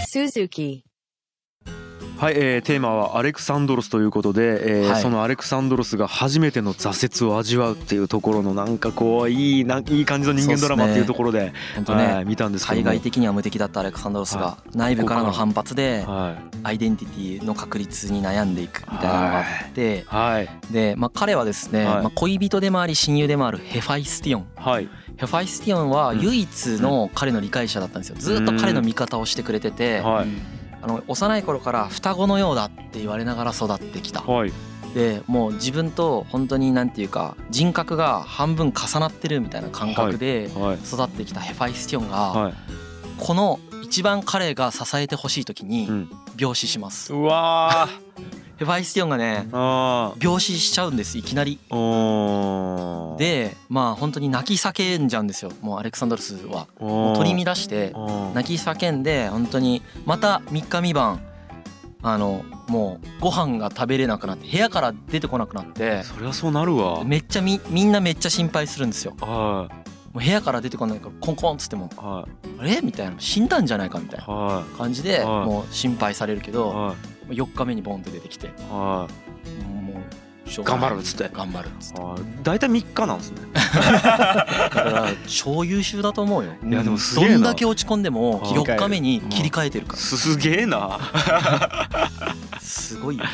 Suzuki。 はい、テーマはアレクサンドロスということで、 はいそのアレクサンドロスが初めての挫折を味わうっていうところのなんかこういい感じの人間ドラマっていうところで、 本当ね、 見たんですけども、 海外的には無敵だったアレクサンドロスが内部からの反発ではいアイデンティティの確立に悩んでいくみたいなのがあって、 はいで、彼はですね、 はい恋人でもあり親友でもあるヘファイスティオン。 はいヘファイスティオンは唯一の彼の理解者だったんですよ。ずっと彼の味方をしてくれてて、 はい幼い頃から双子のようだって言われながら育ってきた。 はいでもう自分と本当になんていうか人格が半分重なってるみたいな感覚ではい育ってきたヘファイスティオンがはいこの一番彼が支えてほしい時にうん病死します。 うわヘファイスティオンがねあ病死しちゃうんです、いきなり。 ーで本当に泣き叫んじゃうんですよ。もうアレクサンドロスはもう取り乱して泣き叫んで、本当にまた3日3晩もうご飯が食べれなくなって部屋から出てこなくなって、 そりゃそうなるわ。 めっちゃみんなめっちゃ心配するんですよ。 はもう部屋から出てこないからコンコンっつってもいはあれみたいな、死んだんじゃないかみたいないは感じではいもう心配されるけいど、 は 4日目にボンって出てきていはもうしょうがない頑張るっつって頑張るっつっていはい。大体3日なんですね。 だから超優秀だと思うよ。 いやでもすげえな。 どんだけ落ち込んでもはい 4日目に切り替えてるからすげえな。 すごいよ。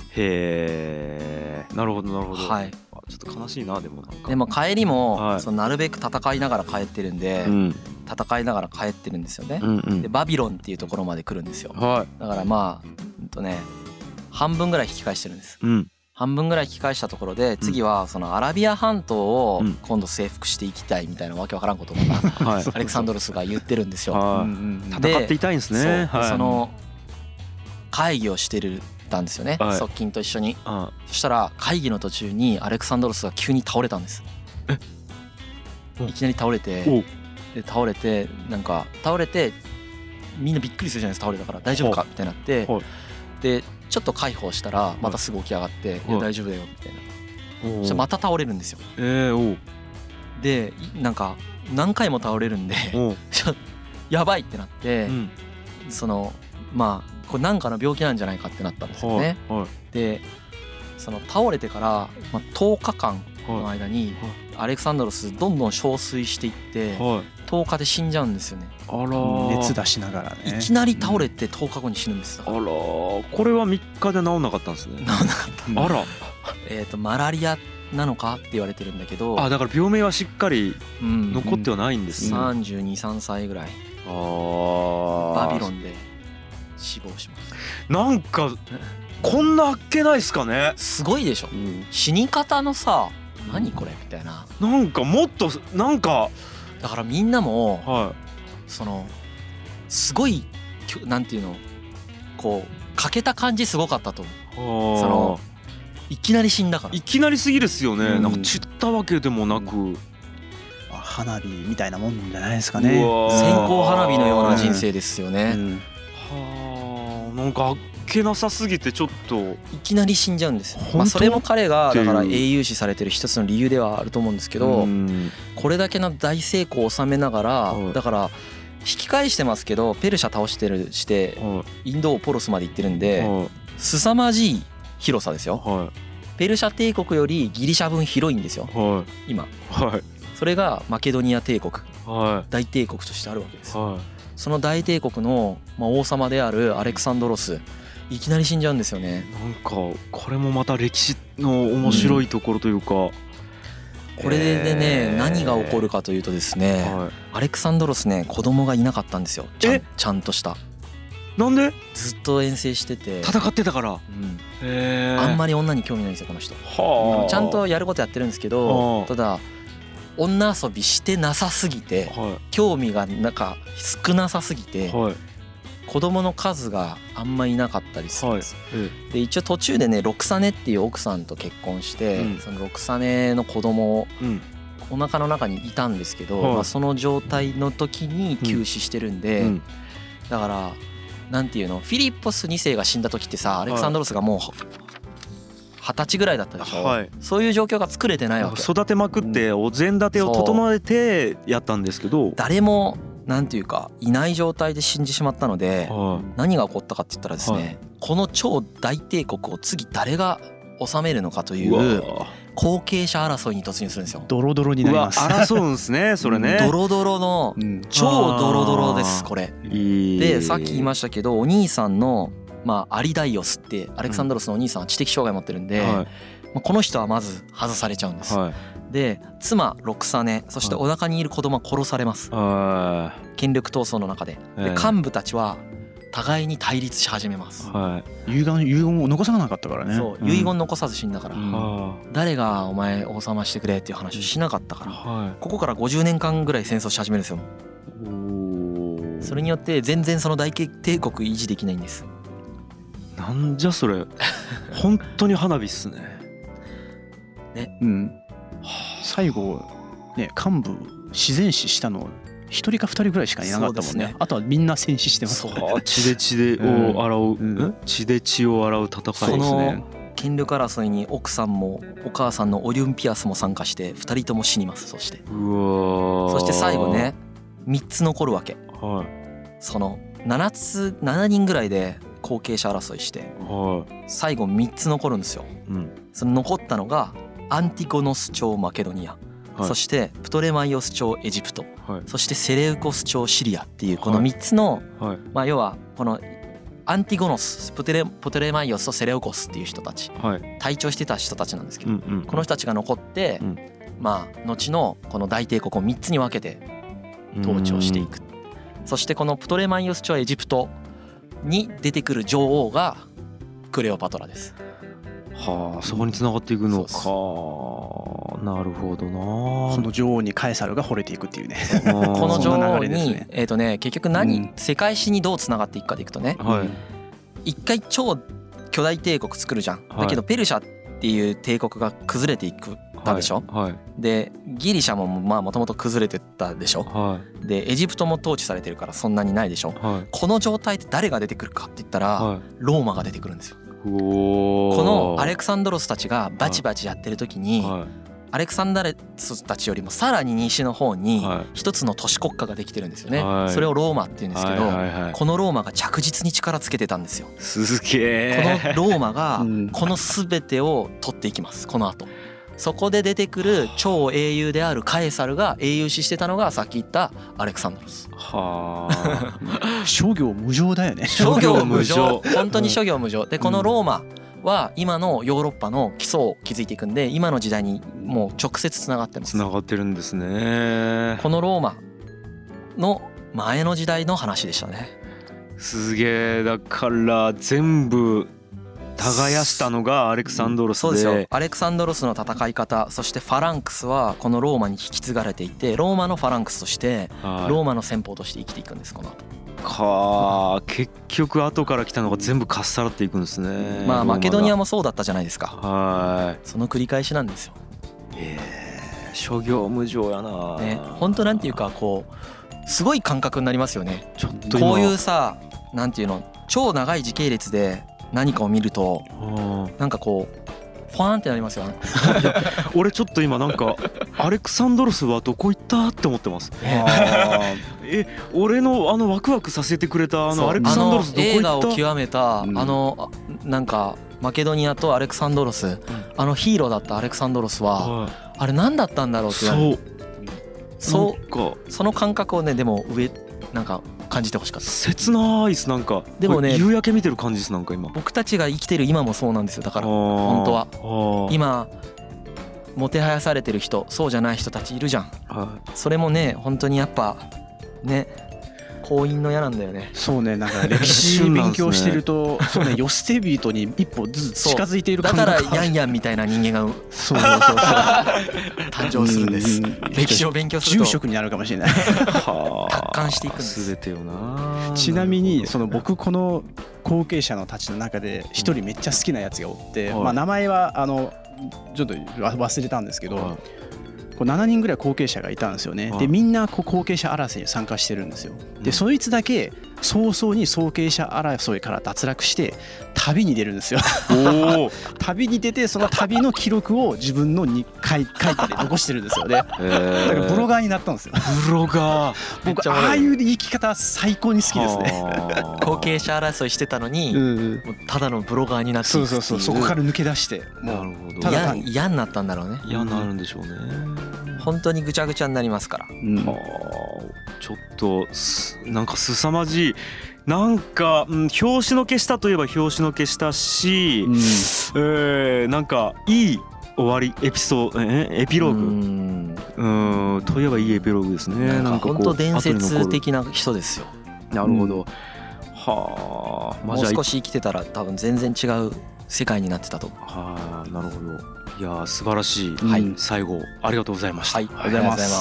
へえ。なるほどなるほど。 はい。 あちょっと悲しいなでもなんか。 で帰りはいもそのなるべく戦いながら帰ってるんで、 うん戦いながら帰ってるんですよね。 うんうんでバビロンっていうところまで来るんですよ。 はだから半分ぐらい引き返してるんです。 いうん半分ぐらい引き返したところで次はそのアラビア半島をうん今度征服していきたいみたいなわけわからんことをまたはいアレクサンドロスが言ってるんですよ。 はいで戦っていたいんですね。 そうはいその会議をしてたんですよね、 はい側近と一緒に。 あそしたら会議の途中にアレクサンドロスが急に倒れたんです。 えいきなり倒れて、 おで倒れてみんなびっくりするじゃないですか。倒れたから大丈夫かみたいになってはいでちょっと介抱したらまたすぐ起き上がって「いや大丈夫だよ」みたいな。そしたらまた倒れるんですよ。 おうでなんか何回も倒れるんでおうちょっとやばいってなって、 うんそのこれなんかの病気なんじゃないかってなったんですよね。 はいでその倒れてから10日間の間にアレクサンドロスどんどん憔悴していってはい 10日で死んじゃうんですよね。 あらー熱出しながらね。 いきなり倒れて10日後に死ぬんです。 あらーこれは3日で治んなかったんですね。 治んなかった。 あらマラリアなのかって言われてるんだけど、 だから病名はしっかりうん、 残ってはないんですね。あ 32、3歳ぐらいーバビロンで死亡します。 なんかこんなあっけないっすかね。 すごいでしょ。死に方のさ何これみたいな。 なんかもっとなんかだからみんなもはそのすごいなんていうのこう欠けた感じすごかったと思う。 いそのいきなり死んだから。 いきなりすぎですよね。 うんなんか散ったわけでもなく、 花火みたいなもんじゃないですかね。 うわー線香花火のような人生ですようね。 んはあなんかあっけなさすぎてちょっといきなり死んじゃうんですよ。 本当それも彼がだからっていう英雄視されてる一つの理由ではあると思うんですけど、 うんこれだけの大成功を収めながらはいだから引き返してますけどペルシャ倒してはインド王ポロスまで行ってるんいでは凄まじい広さですよ。 いはペルシャ帝国よりギリシャ分広いんですよいは今。 いはいそれがマケドニア帝国は大帝国としてあるわけですい。はその大帝国の王様であるアレクサンドロスいきなり死んじゃうんですよね。 いなんかこれもまた歴史の面白いところというか、 これでね何が起こるかというとですね、 はアレクサンドロスね子供がいなかったんですよ。ちゃんとしたい、なんでずっと遠征してて、 戦ってたから。へえ。 あんまり女に興味ないんですよこの人。 はあちゃんとやることやってるんですけどはあただ女遊びしてなさすぎては興味がなんか少なさすぎいてはい子供の数があんまいなかったりするんです。 えで一応途中でねロクサネっていう奥さんと結婚して、 うんそのロクサネの子供うんお腹の中にいたんですけど、 はいその状態の時に急死してるんで、 うんだからなんていうのフィリッポス2世が死んだ時ってさアレクサンドロスがもう20歳ぐらいだったでしょ、 はいそういう状況が作れてないわけ。 育てまくってお膳立てを整えてやったんですけど、 誰もなんていうかいない状態で死んでしまったので、何が起こったかって言ったらですね、この超大帝国を次誰が治めるのかという後継者争いに突入するんですよ。 ドロドロになります。 争うんですね、それね。 ドロドロの超ドロドロですこれ。でさっき言いましたけど、お兄さんのアリダイオスってアレクサンドロスのお兄さんは知的障害持ってるんで、この人はまず外されちゃうんです。で妻ロクサネ、そしてお腹にいる子供は殺されます。権力闘争の中で。で幹部たちは互いに対立し始めます。 遺言を残さなかったからね。 そう、遺言残さず死んだから、誰がお前王様してくれっていう話をしなかったから、ここから50年間ぐらい戦争し始めるんですよ。それによって全然その大帝国維持できないんです。 なんじゃそれ。本当に花火っすね。 ね。 最後ね、幹部自然死したの1人か2人ぐらいしかいなかったもんね。あとはみんな戦死してます。 血で血を洗う、血で血を洗う戦いですね。 その権力争いに奥さんもお母さんのオリュンピアスも参加して2人とも死にます。そして最後ね3つ残るわけ。その7人ぐらいで後継者争いして、最後3つ残るんですよ。その残ったのがアンティゴノス朝マケドニア、そしてプトレマイオス朝エジプト、そしてセレウコス朝シリアっていうこの3つの、要はこのアンティゴノス、プトレマイオスとセレウコスっていう人たち、隊長してた人たちなんですけど、この人たちが残って、後のこの大帝国を3つに分けて統治をしていく。そしてこのプトレマイオス朝エジプトに出てくる女王がクレオパトラです。 そこに繋がっていくのか。なるほどな。 その女王にカエサルが惚れていくっていうね。 この女王に結局世界史にどう繋がっていくかでいくとね、一回超巨大帝国作るじゃん。だけどペルシャっていう帝国が崩れていくたでしょ。でギリシャももともと崩れてったでしょ。でエジプトも統治されてるからそんなにないでしょ。この状態で誰が出てくるかって言ったらローマが出てくるんですよ。このアレクサンドロスたちがバチバチやってる時に、アレクサンダレスたちよりもさらに西の方に一つの都市国家ができてるんですよね。それをローマっていうんですけど、このローマが着実に力つけてたんですよ。 すげえ。 このローマがこの全てを取っていきます。この後そこで出てくる超英雄であるカエサルが英雄視してたのがさっき言ったアレクサンドロス。 諸行無常だよね。 諸行無常、本当に諸行無常で、このローマは今のヨーロッパの基礎を築いていくんで、今の時代にもう直接つながってます。 つながってるんですね。 このローマの前の時代の話でしたね。 すげえ。だから全部耕したのがアレクサンドロスで。 そうですよ。アレクサンドロスの戦い方、そしてファランクスはこのローマに引き継がれていて、ローマのファランクスとしてローマの先鋒として生きていくんです。この後結局後から来たのが全部かっさらっていくんですね。 マケドニアもそうだったじゃないですか。その繰り返しなんですよ。 諸行無常やな。 本当なんていうかこうすごい感覚になりますよね。 ちょっとこういうさ、なんていうの、超長い時系列で何かを見るとなんかこうファーンってなりますよね。 俺ちょっと今なんかアレクサンドロスはどこ行ったって思ってます。俺のワクワクさせてくれたアレクサンドロスどこ行った。 映画を極めたなんかマケドニアとアレクサンドロス、ヒーローだったアレクサンドロスはあれ何だったんだろうって。その感覚をね、でもなんか感じてほしかった。 切ないっす。なんかでもね、夕焼け見てる感じです。なんか今僕たちが生きてる今もそうなんですよ。だから本当は今もてはやされてる人、そうじゃない人たちいるじゃん。それもね、本当にやっぱね、婚姻の矢なんだよね。 そうね、なんか歴史勉強してるとそうね、ヨステビートに一歩ずつ近づいている感覚。 だからヤンヤンみたいな人間が誕生するんです。歴史を勉強すると住職になるかもしれない。 達観していくんです。 全てよな。 ちなみに僕この後継者のたちの中で一人めっちゃ好きなやつがおって、名前はちょっと忘れたんですけど、7人ぐらい後継者がいたんですよね。でみんな後継者争いに参加してるんですよ。でそいつだけ早々に後継者争いから脱落して旅に出るんですよ。旅に出てその旅の記録を自分のに書いて残してるんですよね。だからブロガーになったんですよ。 ブロガー。 僕ああいう生き方最高に好きですね。 後継者争いしてたのに、もうただのブロガーになっていくっていう。 そこから抜け出してもうただ嫌になったんだろうね。 嫌になるんでしょうね。 本当にぐちゃぐちゃになりますから。 ちょっとなんか凄まじい。なんか、表紙の消したといえば表紙の消したし、なんかいい終わりエピローグといえばいいエピローグですね。 なんか本当伝説的な人ですよ。 なるほど。はあ。 もう少し生きてたら多分全然違う世界になってたと。 はあ、なるほど。いや素晴らしい、最後ありがとうございました。 はい、ありがとうございます。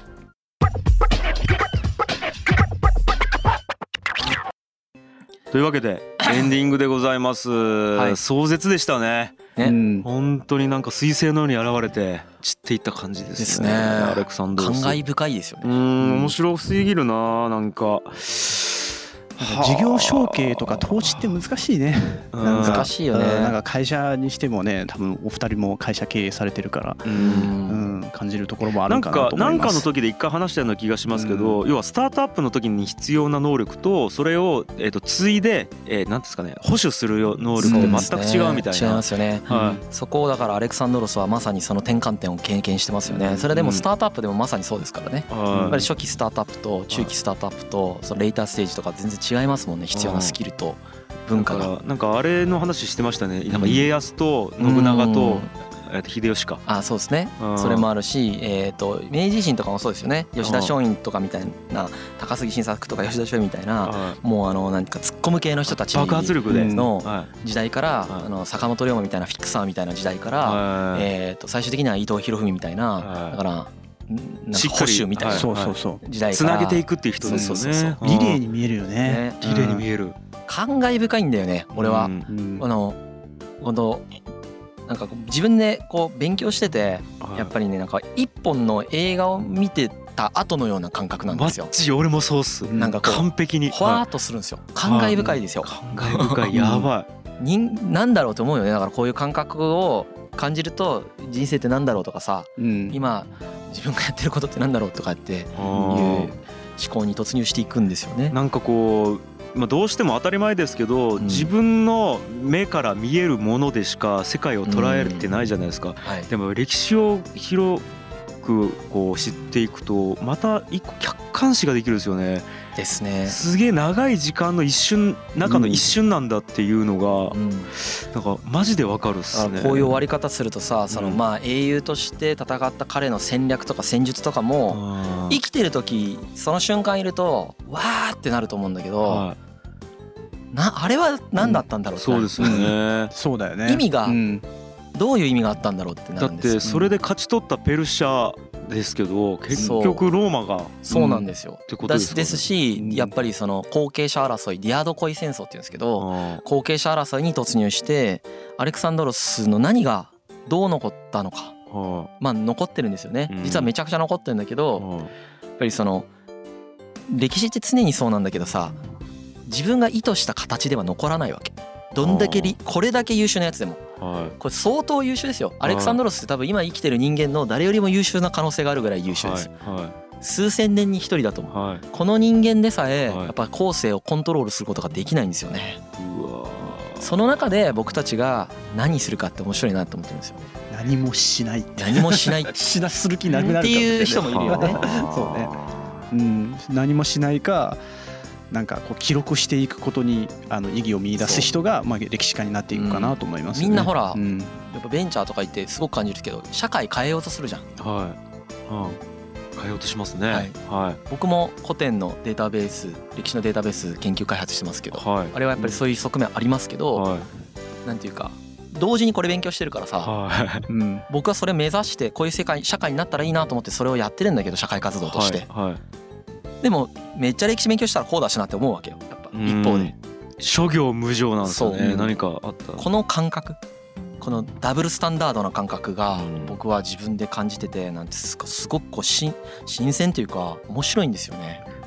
というわけでエンディングでございます。壮絶でしたね。本当になんか彗星のように現れて散っていった感じですね。アレクサンドロス。 感慨深いですよね。 面白すぎるな。なんか事業承継とか投資って難しいね。 難しいよね。 なんか会社にしてもね、多分お二人も会社経営されてるから、感じるところもあるかなと思います。 なんかの時で一回話したような気がしますけど、要はスタートアップの時に必要な能力とそれを継いでなんですかね、保守する能力って全く違うみたいな。 違いますよね。そこをだからアレクサンドロスはまさにその転換点を経験してますよね。それでもスタートアップでもまさにそうですからね。やっぱり初期スタートアップと中期スタートアップとそのレイターステージとか全然違いますもんね。必要なスキルと文化が。 なんかあれの話してましたね。なんか家康と信長と秀吉か。 そうですね。それもあるし、明治維新とかもそうですよね。吉田松陰とかみたいな、高杉晋作とか吉田松陰みたいな、もうなんか突っ込む系の人たち爆発力での時代から、坂本龍馬みたいなフィクサーみたいな時代から、最終的には伊藤博文みたいな、だから保守みたいな時代からつなげていくっていう人ですよね。 リレーに見えるよね。 リレーに見える。 感慨深いんだよね。俺は本当なんか自分でこう勉強してて、やっぱりね、なんか一本の映画を見てた後のような感覚なんですよ。 マッチ俺もそうっす。なんか完璧にほわーっとするんですよ。感慨深いですよ。 感慨深い。やばい。なんだろうと思うよね。だからこういう感覚を感じると、人生ってなんだろうとかさ、今自分がやってることってなんだろうとかっていう思考に突入していくんですよね。 なんかこうどうしても当たり前ですけど、自分の目から見えるものでしか世界を捉えてないじゃないですか。でも歴史を広くこう知っていくとまた一個客観視ができるんですよね。 ですね。 すげえ長い時間の中の一瞬なんだっていうのがなんかマジでわかるっすね。 こういう終わり方するとさ、その英雄として戦った彼の戦略とか戦術とかも生きてる時その瞬間いるとわーってなると思うんだけど、あれは何だったんだろうって。 そうですよね。 そうだよね。 意味がどういう意味があったんだろうってなるんですよ。 だってそれで勝ち取ったペルシャですけど、結局ローマがそうなんですよ。 ってことですし、やっぱりその後継者争い、ディアドコイ戦争っていうんですけど、後継者争いに突入してアレクサンドロスの何がどう残ったのか、残ってるんですよね。実はめちゃくちゃ残ってるんだけど、やっぱりその歴史って常にそうなんだけどさ、自分が意図した形では残らないわけ。どんだけこれだけ優秀なやつでも、これ相当優秀ですよ。アレクサンドロスって多分今生きてる人間の誰よりも優秀な可能性があるぐらい優秀です。数千年に一人だと思う。この人間でさえやっぱ後世をコントロールすることができないんですよね。その中で僕たちが何するかって面白いなと思ってるんですよ。 何もしない。 何もしないする気なくなるっていう人もいるよね。 そうね。何もしないか。なんかこう記録していくことに意義を見出す人が歴史家になっていくかなと思いますよね。 みんなほら、やっぱベンチャーとか行ってすごく感じるけど、社会変えようとするじゃん。 変えようとしますね。 僕も古典のデータベース、歴史のデータベース研究開発してますけど、あれはやっぱりそういう側面ありますけど、なんていうか同時にこれ勉強してるからさ、僕はそれ目指してこういう社会になったらいいなと思ってそれをやってるんだけど、社会活動として。でもめっちゃ歴史勉強したらこうだしなって思うわけよ。やっぱ一方で諸行無常なんですよね。何かあったこの感覚、このダブルスタンダードな感覚が僕は自分で感じてて、なんてすごくこう新鮮というか面白いんですよね。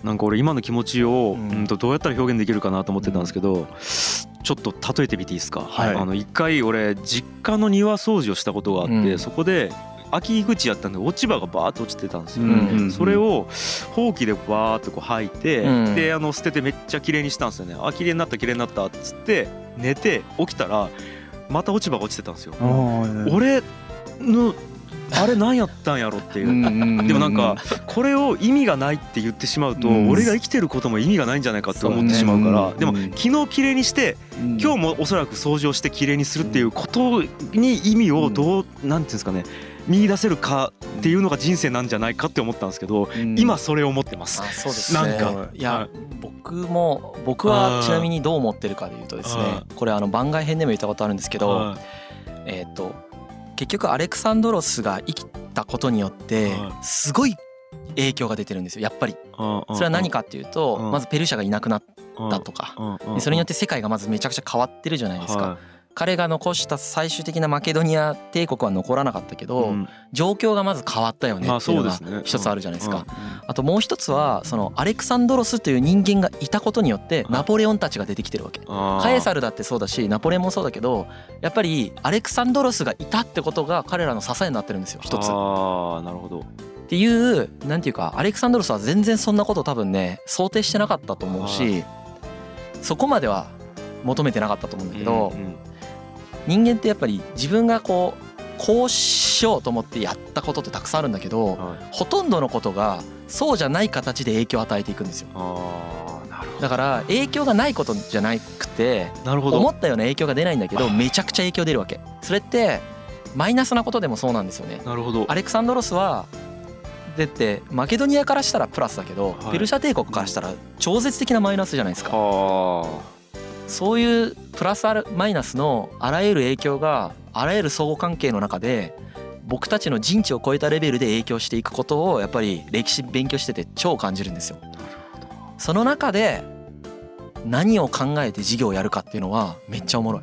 なんか俺今の気持ちをどうやったら表現できるかなと思ってたんですけど、ちょっと例えてみていいですか。一回俺実家の庭掃除をしたことがあって、そこで秋口やったんで落ち葉がバーッと落ちてたんですよ。それをほうきでバーッとこう吐いて、で捨ててめっちゃ綺麗にしたんですよね。綺麗になった綺麗になったっつって寝て起きたらまた落ち葉が落ちてたんですよ。俺のあれ何やったんやろっていう。でもなんかこれを意味がないって言ってしまうと俺が生きてることも意味がないんじゃないかって思ってしまうから、でも昨日綺麗にして今日もおそらく掃除をして綺麗にするっていうことに意味をどうなんていうんですかね見出せるかっていうのが人生なんじゃないかって思ったんですけど、今それを思ってます。 そうですね。なんかいや僕はちなみにどう思ってるかでいうとですね、これ番外編でも言ったことあるんですけど、結局アレクサンドロスが生きたことによってすごい影響が出てるんですよやっぱり。それは何かっていうと、まずペルシャがいなくなったとか、それによって世界がまずめちゃくちゃ変わってるじゃないですか。彼が残した最終的なマケドニア帝国は残らなかったけど、状況がまず変わったよねっていうのが一つあるじゃないですか。あともう一つはそのアレクサンドロスという人間がいたことによってナポレオンたちが出てきてるわけ。カエサルだってそうだしナポレオンもそうだけど、やっぱりアレクサンドロスがいたってことが彼らの支えになってるんですよ一つ。 なるほど。 っていうなんていうかアレクサンドロスは全然そんなこと多分ね想定してなかったと思うし、そこまでは求めてなかったと思うんだけど、人間ってやっぱり自分がこうしようと思ってやったことってたくさんあるんだけど、ほとんどのことがそうじゃない形で影響を与えていくんですよ。だから影響がないことじゃなくて、思ったような影響が出ないんだけどめちゃくちゃ影響出るわけ。それってマイナスなことでもそうなんですよね。アレクサンドロスはだってマケドニアからしたらプラスだけど、ペルシャ帝国からしたら超絶的なマイナスじゃないですか。そういうプラスマイナスのあらゆる影響があらゆる相互関係の中で僕たちの人知を超えたレベルで影響していくことをやっぱり歴史勉強してて超感じるんですよ。その中で何を考えて授業をやるかっていうのはめっちゃおもろい。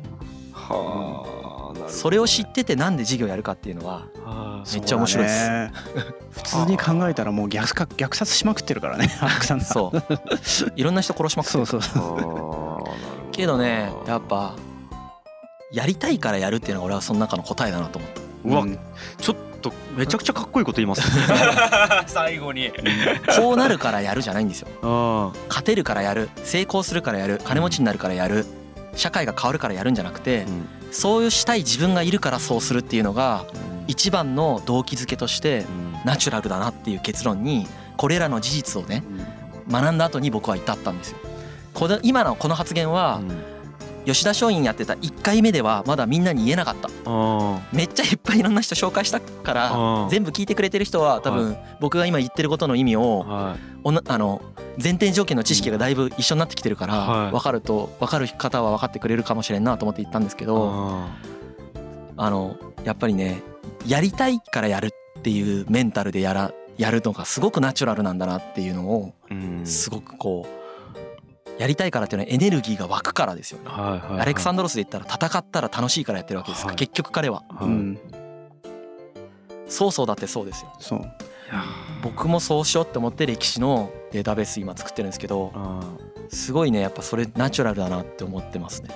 それを知っててなんで授業やるかっていうのはめっちゃ面白いです。 普通に考えたらもう虐殺しまくってるからねアレクサンダー。 そういろんな人殺しまくってる。けどねやっぱやりたいからやるっていうのが俺はその中の答えだなと思った。 うわ、ちょっとめちゃくちゃかっこいいこと言いますね最後にこうなるからやるじゃないんですよ。勝てるからやる、成功するからやる、金持ちになるからやる、社会が変わるからやるんじゃなくて、そうしたい自分がいるからそうするっていうのが一番の動機づけとしてナチュラルだなっていう結論にこれらの事実をね学んだ後に僕は至ったんですよ。今のこの発言は吉田松陰やってた1回目ではまだみんなに言えなかった。めっちゃいっぱいいろんな人紹介したから全部聞いてくれてる人は多分僕が今言ってることの意味を前提条件の知識がだいぶ一緒になってきてるから分かる方は分かってくれるかもしれんなと思って言ったんですけど、やっぱりねやりたいからやるっていうメンタルでやるのがすごくナチュラルなんだなっていうのをすごくこうやりたいからっていうのはエネルギーが湧くからですよね。アレクサンドロスで言ったら戦ったら楽しいからやってるわけですから、結局彼は、そうだってそうですよ。僕もそうしようって思って歴史のデータベース今作ってるんですけど、すごいねやっぱそれナチュラルだなって思ってますね。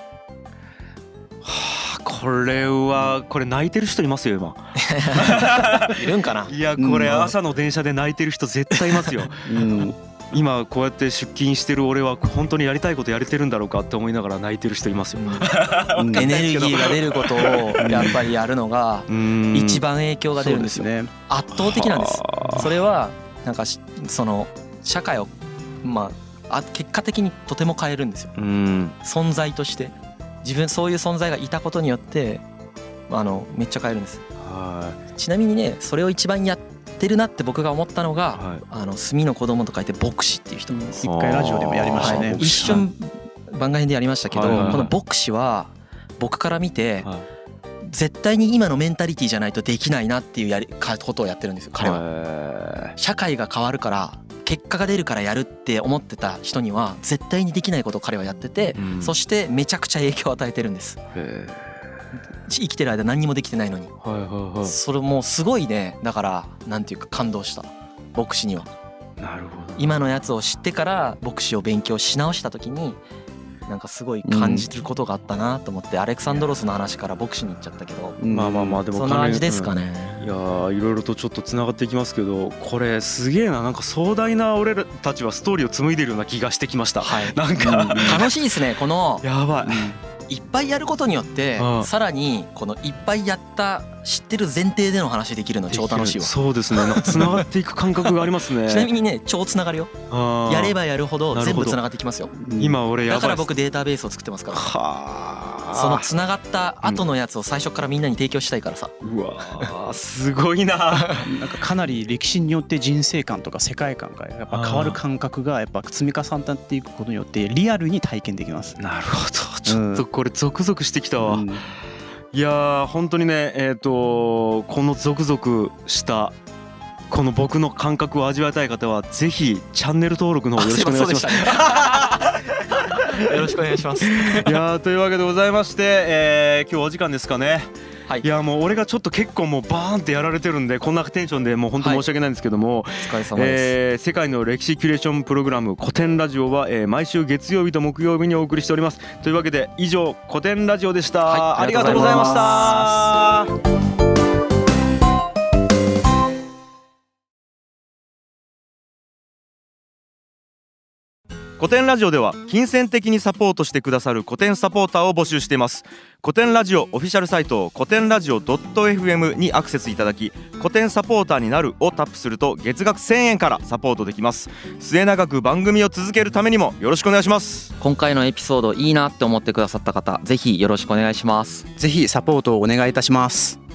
これ泣いてる人いますよ今いるんかな。 いやこれ朝の電車で泣いてる人絶対いますよ今こうやって出勤してる俺は本当にやりたいことやれてるんだろうかって思いながら泣いてる人いますよエネルギーが出ることをやっぱりやるのが一番影響が出るんですよ。圧倒的なんです。それはなんかその社会を結果的にとても変えるんですよ。存在としてそういう存在がいたことによってめっちゃ変えるんです。ちなみにねそれを一番やってるなって僕が思ったのが墨の子供と書いて牧師っていう人なんです。 一回ラジオでもやりましたね。 一瞬番外編でやりましたけど、この牧師は僕から見て絶対に今のメンタリティじゃないとできないなっていうことをやってるんですよ彼は。社会が変わるから結果が出るからやるって思ってた人には絶対にできないことを彼はやってて、そしてめちゃくちゃ影響を与えてるんです。生きてる間何にもできてないのに、それもうすごいね。だからなんていうか感動した牧師には。 なるほど今のやつを知ってから牧師を勉強し直した時になんかすごい感じることがあったなと思って、アレクサンドロスの話から牧師に行っちゃったけど、 まあでもそんな感じですかね。 いやいろいろとちょっとつながっていきますけど、これすげえな、なんか壮大な俺たちはストーリーを紡いでるような気がしてきました。なんか楽しいですね。このやばい、 いっぱいやることによってさらにこのいっぱいやった知ってる前提での話できるの超楽しいわ。 そうですね、なんかつながっていく感覚がありますね。 ちなみにね、超つながるよ。やればやるほど全部つながっていきますよ。 今俺やばい、 だから僕データベースを作ってますから。そのつながった後のやつを最初からみんなに提供したいからさ。 うわーすごいな。 なんかかなり歴史によって人生観とか世界観がやっぱ変わる感覚がやっぱ積み重なっていくことによってリアルに体験できます。 なるほど、ちょっとこれゾクゾクしてきたわ。いやー本当にね、このゾクゾクしたこの僕の感覚を味わいたい方はぜひチャンネル登録の方よろしくお願いします。 よろしくお願いします。いやというわけでございまして、今日お時間ですかね。はい、いやもう俺がちょっと結構もうバーンってやられてるんでこんなテンションでもう本当申し訳ないんですけども、 お疲れ様です。 世界の歴史キュレーションプログラム古典ラジオは、毎週月曜日と木曜日にお送りしております。というわけで以上古典ラジオでした。ありがとうございました。古典ラジオでは金銭的にサポートしてくださる古典サポーターを募集しています。古典ラジオオフィシャルサイト古典ラジオ .fm にアクセスいただき、古典サポーターになるをタップすると月額1000円からサポートできます。末永く番組を続けるためにもよろしくお願いします。 今回のエピソードいいなって思ってくださった方、ぜひよろしくお願いします。 ぜひサポートをお願いいたします。